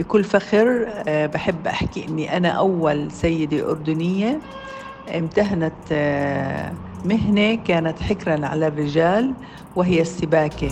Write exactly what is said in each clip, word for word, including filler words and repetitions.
بكل فخر آه، بحب أحكي أني أنا أول سيدة أردنية امتهنت آه، مهنة كانت حكراً على الرجال، وهي السباكة.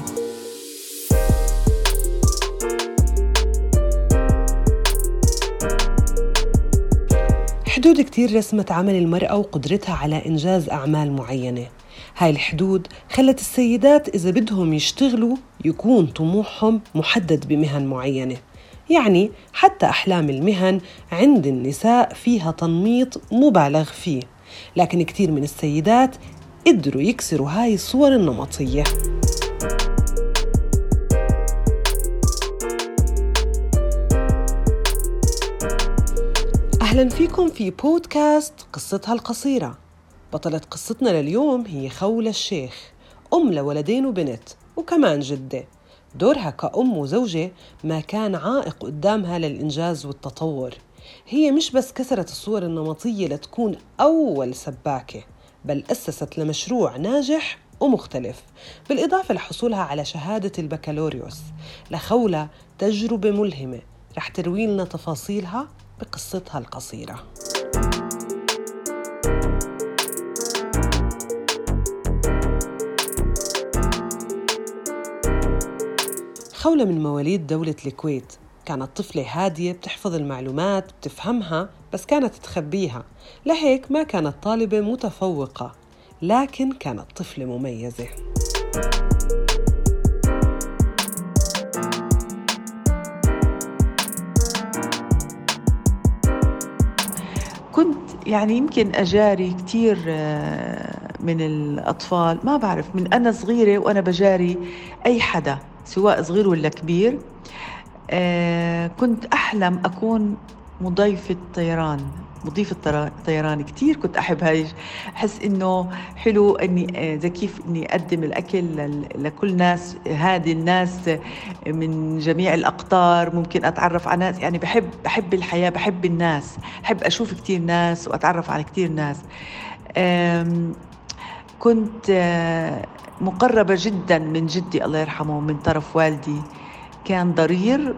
حدود كتير رسمت عمل المرأة وقدرتها على إنجاز أعمال معينة. هاي الحدود خلت السيدات إذا بدهم يشتغلوا يكون طموحهم محدد بمهن معينة. يعني حتى أحلام المهن عند النساء فيها تنميط مبالغ فيه، لكن كتير من السيدات قدروا يكسروا هاي الصور النمطية. أهلاً فيكم في بودكاست قصتها القصيرة. بطلة قصتنا لليوم هي خولة الشيخ، أم لولدين وبنت وكمان جدة. دورها كأم وزوجة ما كان عائق قدامها للإنجاز والتطور. هي مش بس كسرت الصور النمطية لتكون أول سباكة، بل أسست لمشروع ناجح ومختلف، بالإضافة لحصولها على شهادة البكالوريوس. لخولة تجربة ملهمة رح تروي لنا تفاصيلها بقصتها القصيرة. خولة من مواليد دولة الكويت، كانت طفلة هادية بتحفظ المعلومات بتفهمها بس كانت تخبيها، لهيك ما كانت طالبة متفوقة، لكن كانت طفلة مميزة. كنت يعني يمكن أجاري كتير من الأطفال، ما بعرف، من أنا صغيرة وأنا بجاري أي حدا سواء صغير ولا كبير. كنت أحلم أكون مضيفة طيران، مضيفة طيران. كتير كنت أحب هاي، أحس إنه حلو إني زي كيف إني أقدم الأكل لكل ناس، هذه الناس من جميع الأقطار، ممكن أتعرف على ناس. يعني بحب بحب الحياة، بحب الناس، بحب أشوف كتير ناس وأتعرف على كتير ناس. كنت مقربة جدا من جدي الله يرحمه، من طرف والدي كان ضرير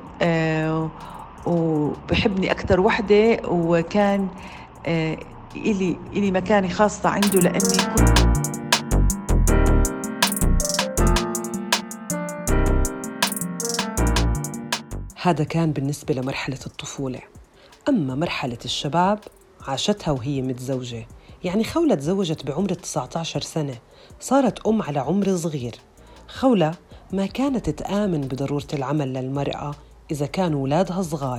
وبحبني أكتر وحدة، وكان آه إلي إلي مكاني خاصة عنده لأني كنت هذا كان بالنسبة لمرحلة الطفولة. أما مرحلة الشباب عاشتها وهي متزوجة. يعني خولة تزوجت بعمر تسعة عشر سنة، صارت أم على عمر صغير. خولة ما كانت تآمن بضرورة العمل للمرأة إذا كانوا أولادها صغار.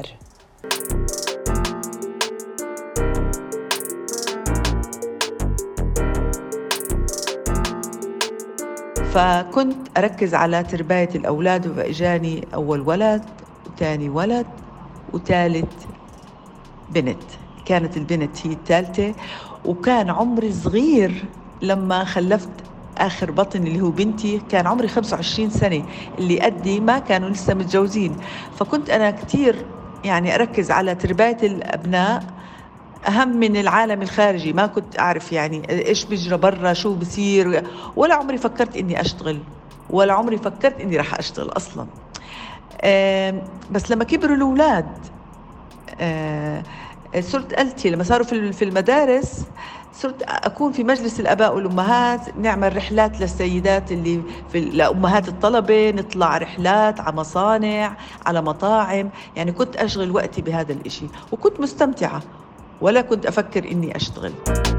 فكنت أركز على تربية الأولاد، وإجاني أول ولد وثاني ولد وثالث بنت. كانت البنت هي الثالثة، وكان عمري صغير لما خلفت آخر بطن اللي هو بنتي. كان عمري خمسة وعشرين سنة، اللي قدي ما كانوا لسه متجوزين. فكنت أنا كتير يعني أركز على تربية الأبناء أهم من العالم الخارجي. ما كنت أعرف يعني إيش بيجرى برا، شو بصير، ولا عمري فكرت إني أشتغل، ولا عمري فكرت إني رح أشتغل أصلاً. بس لما كبروا الأولاد صرت قلتي لما صاروا في المدارس، صرت أكون في مجلس الآباء والأمهات، نعمل رحلات للسيدات اللي في لأمهات الطلبة، نطلع رحلات على مصانع، على مطاعم. يعني كنت أشغل وقتي بهذا الإشي، وكنت مستمتعة، ولا كنت أفكر إني أشتغل.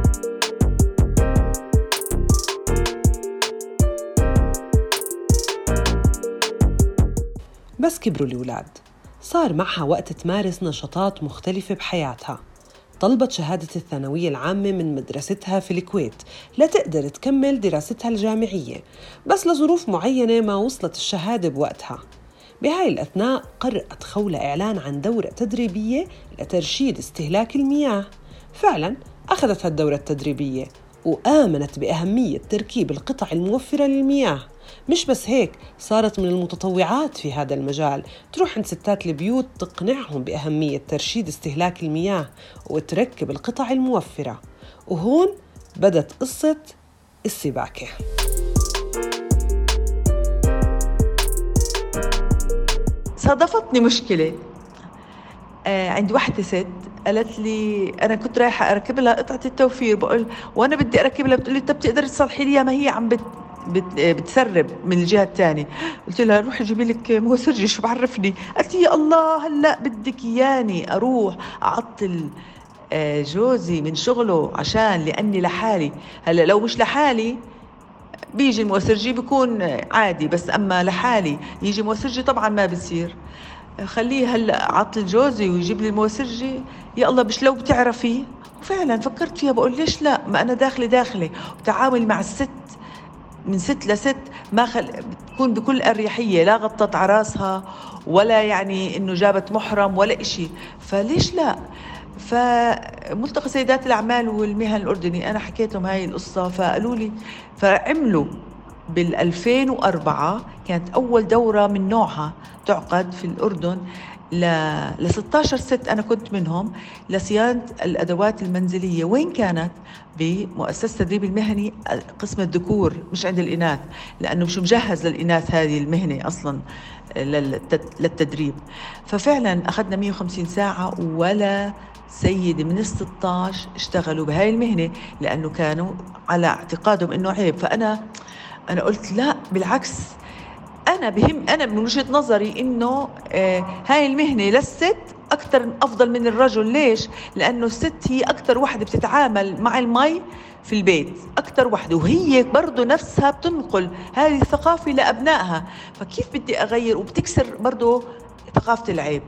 بس كبروا الأولاد، صار معها وقت تمارس نشاطات مختلفة بحياتها. طلبت شهادة الثانوية العامة من مدرستها في الكويت لتقدر تكمل دراستها الجامعية، بس لظروف معينة ما وصلت الشهادة بوقتها. بهاي الأثناء قرأت خولة إعلان عن دورة تدريبية لترشيد استهلاك المياه. فعلاً أخذت هالدورة التدريبية وآمنت بأهمية تركيب القطع الموفرة للمياه. مش بس هيك، صارت من المتطوعات في هذا المجال، تروح عند ستات البيوت تقنعهم بأهمية ترشيد استهلاك المياه وتركب القطع الموفرة. وهون بدت قصة السباكة. صادفتني مشكلة، آه عندي واحدة ست قالت لي أنا كنت رايحة أركب لها قطعة التوفير، بقول وأنا بدي أركب لها، بتقول لي طب تقدري تصلحي لي ما هي عم بت بت بتسرب من الجهة الثانية. قلت لها روحي جيبي لك موسرجي، شو بعرفني. قالت لي يا الله هلا بدك ياني أروح أعطل آه جوزي من شغله عشان لأني لحالي؟ هلا لو مش لحالي بيجي الموسرجي بيكون عادي، بس أما لحالي يجي موسرجي طبعا ما بصير. خليه هلا عطل جوزي ويجيب لي الموسرجي، يا الله مش لو بتعرفي. وفعلا فكرت فيها، بقول ليش لا، ما أنا داخلة داخلة وتعامل مع الست من ست لست، ما خل... بتكون بكل أريحية، لا غطت على راسها ولا يعني إنه جابت محرم ولا إشي، فليش لا. فملتقى سيدات الأعمال والمهن الأردني أنا حكيتهم هاي القصة، فقالوا لي، فعملوا بالألفين وأربعة كانت أول دورة من نوعها تعقد في الأردن ل ستة عشر ست، أنا كنت منهم، لصيانة الأدوات المنزلية. وين كانت؟ بمؤسسة التدريب المهني قسم الذكور، مش عند الإناث، لأنه مش مجهز للإناث هذه المهنة أصلا للتدريب. ففعلا أخذنا مية وخمسين ساعة ولا سيدة من الستة عشر اشتغلوا بهاي المهنة، لأنه كانوا على اعتقادهم إنه عيب. فأنا أنا قلت لا بالعكس، أنا بهم أنا من وجهة نظري إنه آه هاي المهنة للست أكثر أفضل من الرجل. ليش؟ لأنه الست هي أكثر واحدة بتتعامل مع المي في البيت، أكثر واحدة، وهي برضو نفسها بتنقل هذه الثقافة لأبنائها. فكيف بدي أغير؟ وبتكسر برضو ثقافة العيب.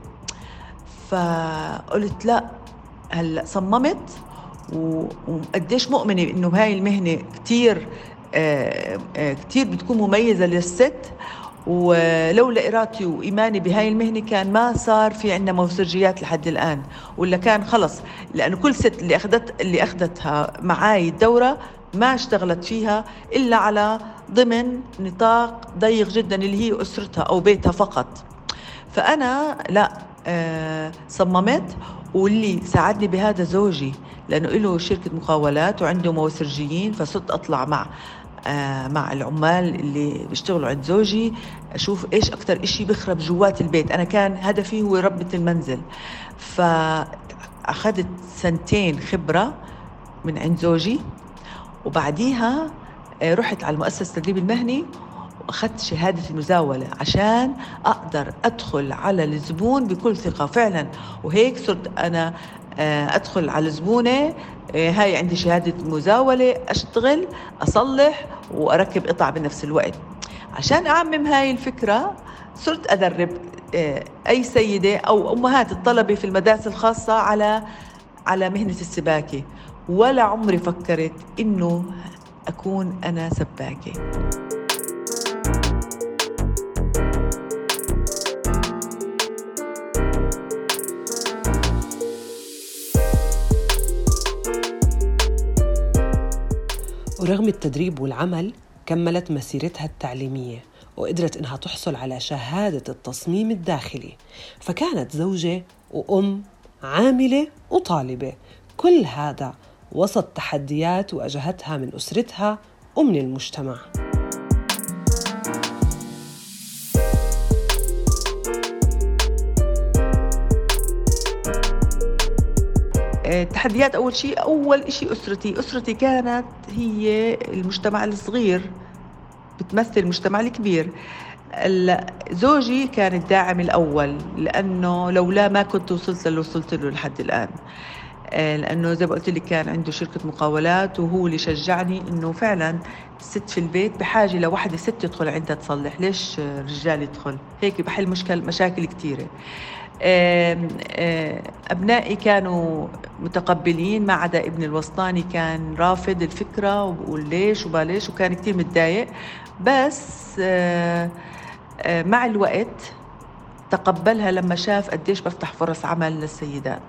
فقلت لا، هلأ صممت وقديش مؤمنة إنه هاي المهنة كتير آه آه كتير بتكون مميزة للست، ولولا إرادتي وإيماني بهاي المهنة كان ما صار في عنا موسرجيات لحد الآن، ولا كان خلص. لأنه كل ست اللي أخذت اللي أخذتها معاي الدورة ما اشتغلت فيها إلا على ضمن نطاق ضيق جدا اللي هي أسرتها أو بيتها فقط. فأنا لا آه صممت، واللي ساعدني بهذا زوجي، لأنه له شركة مقاولات وعنده موسرجيين، فصرت أطلع مع آه مع العمال اللي بيشتغلوا عند زوجي أشوف إيش أكتر إشي بخرب جوات البيت. أنا كان هدفي هو ربة المنزل، فأخذت سنتين خبرة من عند زوجي، وبعديها آه رحت على المؤسسة التدريب المهني وأخذت شهادة المزاولة عشان أقدر أدخل على الزبون بكل ثقة فعلا. وهيك صرت أنا أدخل على الزبونة، هاي عندي شهادة مزاولة، أشتغل أصلح وأركب قطع بنفس الوقت. عشان أعمم هاي الفكرة صرت أدرب أي سيدة أو أمهات الطلبة في المدارس الخاصة على على مهنة السباكة، ولا عمري فكرت إنه أكون أنا سباكة. ورغم التدريب والعمل كملت مسيرتها التعليمية وقدرت إنها تحصل على شهادة التصميم الداخلي، فكانت زوجة وأم عاملة وطالبة، كل هذا وسط تحديات واجهتها من أسرتها ومن المجتمع. التحديات أول شيء أول شيء أسرتي أسرتي كانت هي المجتمع الصغير بتمثل المجتمع الكبير. زوجي كان الداعم الأول، لأنه لولا ما كنت وصلت اللي وصلت له لحد الآن، لأنه زي ما قلت لك كان عنده شركة مقاولات، وهو اللي شجعني إنه فعلا الست في البيت بحاجة لوحدة ست تدخل عندها تصلح، ليش رجال يدخل هيك بحل مشكل مشاكل كتيرة. أبنائي كانوا متقبلين ما عدا ابن الوسطاني كان رافض الفكرة وبقول ليش وباليش، وكان كتير متضايق. بس مع الوقت تقبلها لما شاف قديش بفتح فرص عمل للسيدات.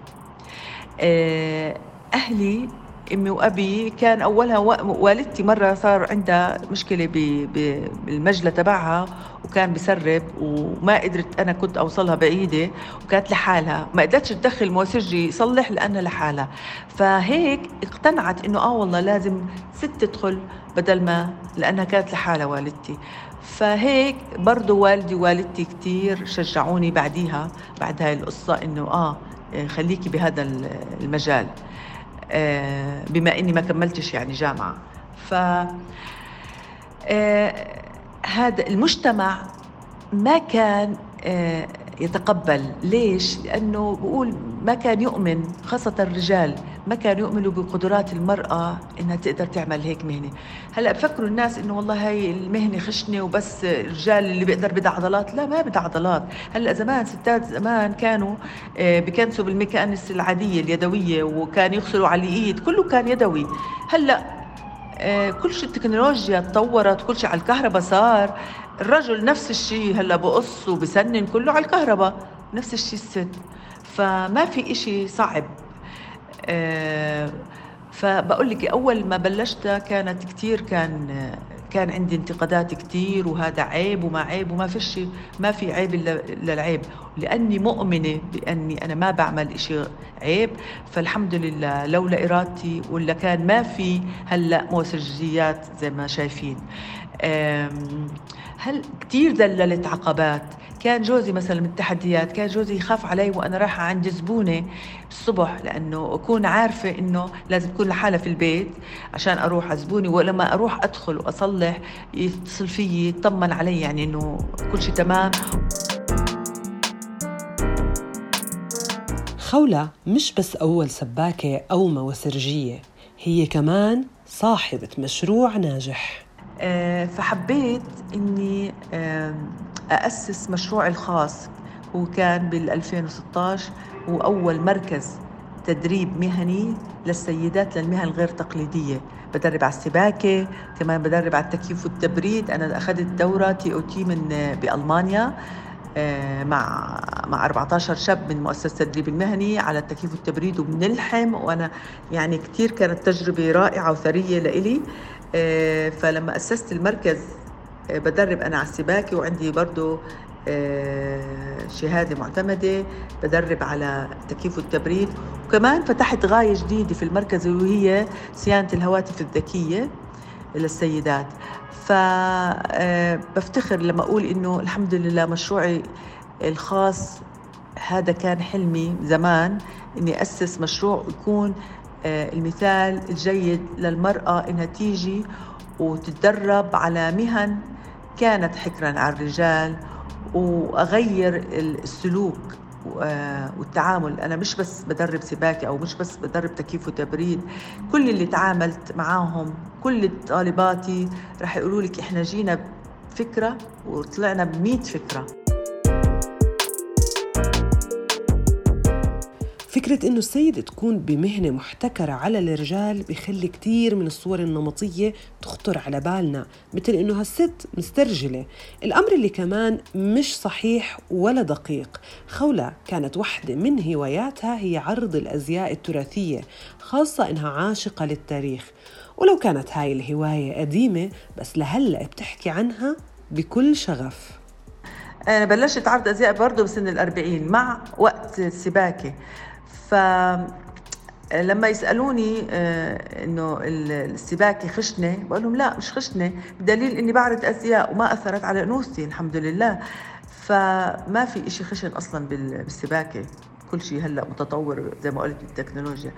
أهلي أمي وأبي كان أولها والدتي مرة صار عندها مشكلة بالمجلة تبعها وكان بسرب وما قدرت، أنا كنت أوصلها بعيدة وكانت لحالها، ما قدرتش تدخل موسرجي يصلح لأنها لحالها. فهيك اقتنعت إنه آه والله لازم ست تدخل بدل ما، لأنها كانت لحالها والدتي. فهيك برضو والدي ووالدتي كتير شجعوني بعديها بعد هاي القصة إنه آه خليكي بهذا المجال، بما إني ما كملتش يعني جامعة. ف هذا المجتمع ما كان يتقبل. ليش؟ لأنه بقول ما كان يؤمن، خاصة الرجال ما كانوا يؤمنوا بقدرات المرأة إنها تقدر تعمل هيك مهنة. هلأ بفكروا الناس إنه والله هاي المهنة خشنة وبس الرجال اللي بيقدر بدها عضلات. لا، ما بدها عضلات. هلأ زمان ستات زمان كانوا بكنسوا بالميكانس العادية اليدوية، وكان يغسلوا على الإيد، كله كان يدوي. هلأ كل شيء التكنولوجيا تطورت، كل شيء على الكهرباء صار. الرجل نفس الشيء هلا بقص وبسنن، كله على الكهرباء، نفس الشيء الست. فما في إشي صعب. أه فبقول لك أول ما بلشت كانت كتير كان كان عندي انتقادات كتير، وهذا عيب وما عيب وما فيش، ما في عيب إلا العيب، لأني مؤمنة بأني أنا ما بعمل إشي عيب. فالحمد لله لولا إرادتي ولا كان ما في هلأ موسجيات زي ما شايفين. هل كتير ذللت عقبات. كان جوزي مثلا من التحديات، كان جوزي يخاف علي وأنا رايحة عند زبونة الصبح، لأنه أكون عارفة إنه لازم تكون لحالها في البيت عشان أروح على زبوني، ولما أروح أدخل وأصلح يتصل فيي يطمن علي يعني إنه كل شيء تمام. خولة مش بس أول سباكة أو موسرجية، هي كمان صاحبة مشروع ناجح. فحبيت إني أأسس مشروعي الخاص، وكان بالألفين وستة عشر، وأول مركز تدريب مهني للسيدات للمهن الغير تقليدية. بدرب على السباكة، كمان بدرب على التكييف والتبريد. أنا أخذت دورة تي أو تي من بألمانيا مع مع أربعة عشر شاب من مؤسسة التدريب المهني على التكييف والتبريد وبنلحم، وأنا يعني كتير كانت تجربة رائعة وثرية لإلي. فلما أسست المركز بدرب أنا على السباكة، وعندي برضو شهادة معتمدة بدرب على التكييف والتبريد، وكمان فتحت غاية جديدة في المركز وهي صيانة الهواتف الذكية للسيدات. فبفتخر لما أقول إنه الحمد لله مشروعي الخاص هذا كان حلمي زمان، إني أسس مشروع يكون المثال الجيد للمرأة إنها تيجي وتتدرب على مهن كانت حكراً على الرجال، وأغير السلوك والتعامل. أنا مش بس بدرب سباكة أو مش بس بدرب تكييف وتبريد، كل اللي تعاملت معاهم كل طالباتي رح يقولوا لك إحنا جينا بفكرة وطلعنا بمئة فكرة. فكرة إنه السيدة تكون بمهنة محتكرة على الرجال بيخلي كتير من الصور النمطية تخطر على بالنا، مثل إنه هالست مسترجلة، الأمر اللي كمان مش صحيح ولا دقيق. خولة كانت واحدة من هواياتها هي عرض الأزياء التراثية، خاصة إنها عاشقة للتاريخ. ولو كانت هاي الهواية قديمة، بس لهلأ بتحكي عنها بكل شغف. أنا بلشت عرض أزياء برضو بسن الأربعين مع وقت السباكة. فلما يسألوني إنه السباكة خشنة، بقول لهم لا مش خشنة، بدليل إني بعرض أزياء وما أثرت على أنوثتي الحمد لله. فما في إشي خشن أصلاً بالسباكة، كل شيء هلأ متطور زي ما قلت بالتكنولوجيا.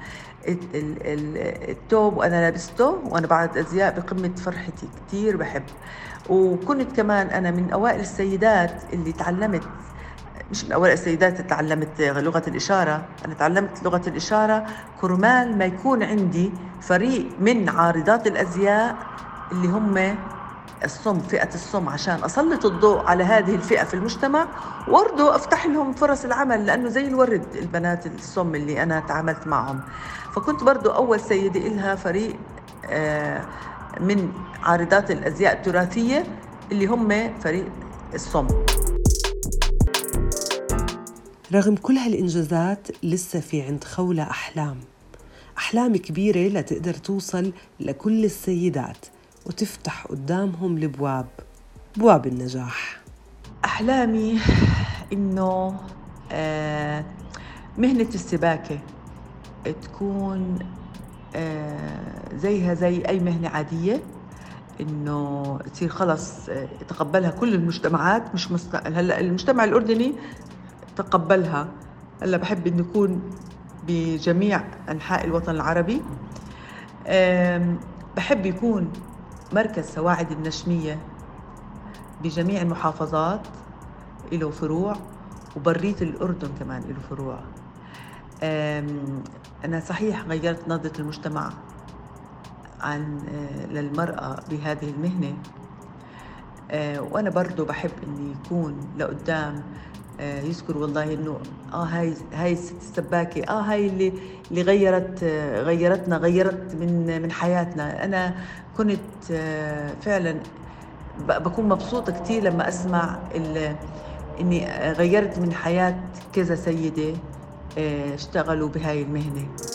التوب وأنا لابسته وأنا بعرض أزياء بقمة فرحتي، كتير بحب. وكنت كمان أنا من أوائل السيدات اللي تعلمت، مش من أوائل السيدات اللي تعلمت لغة الإشارة، أنا تعلمت لغة الإشارة كرمال ما يكون عندي فريق من عارضات الأزياء اللي هم الصم، فئة الصم، عشان أسلط الضوء على هذه الفئة في المجتمع، وبرضه أفتح لهم فرص العمل، لأنه زي الورد البنات الصم اللي أنا تعاملت معهم. فكنت برضه أول سيدة إلها فريق من عارضات الأزياء التراثية اللي هم فريق الصم. رغم كل هالإنجازات لسه في عند خولة أحلام أحلام كبيرة لتقدر توصل لكل السيدات وتفتح قدامهم البواب، بواب النجاح. أحلامي إنه آه مهنة السباكة تكون آه زيها زي أي مهنة عادية، إنه تصير خلص يتقبلها كل المجتمعات. مش مست... هلأ المجتمع الأردني تقبلها هلا بحب إنه يكون بجميع أنحاء الوطن العربي. بحب يكون مركز سواعد النشمية بجميع المحافظات، له فروع، وبرية الأردن كمان له فروع. أنا صحيح غيرت نظرة المجتمع عن للمرأة بهذه المهنة، وأنا برضو بحب إني يكون لقدام يذكر والله إنه آه هاي هاي الست السباكة، آه هاي اللي اللي غيرت غيرتنا غيرت من من حياتنا. أنا كنت فعلا بكون مبسوطة كتير لما أسمع إني غيرت من حياة كذا سيدة اشتغلوا بهاي المهنة.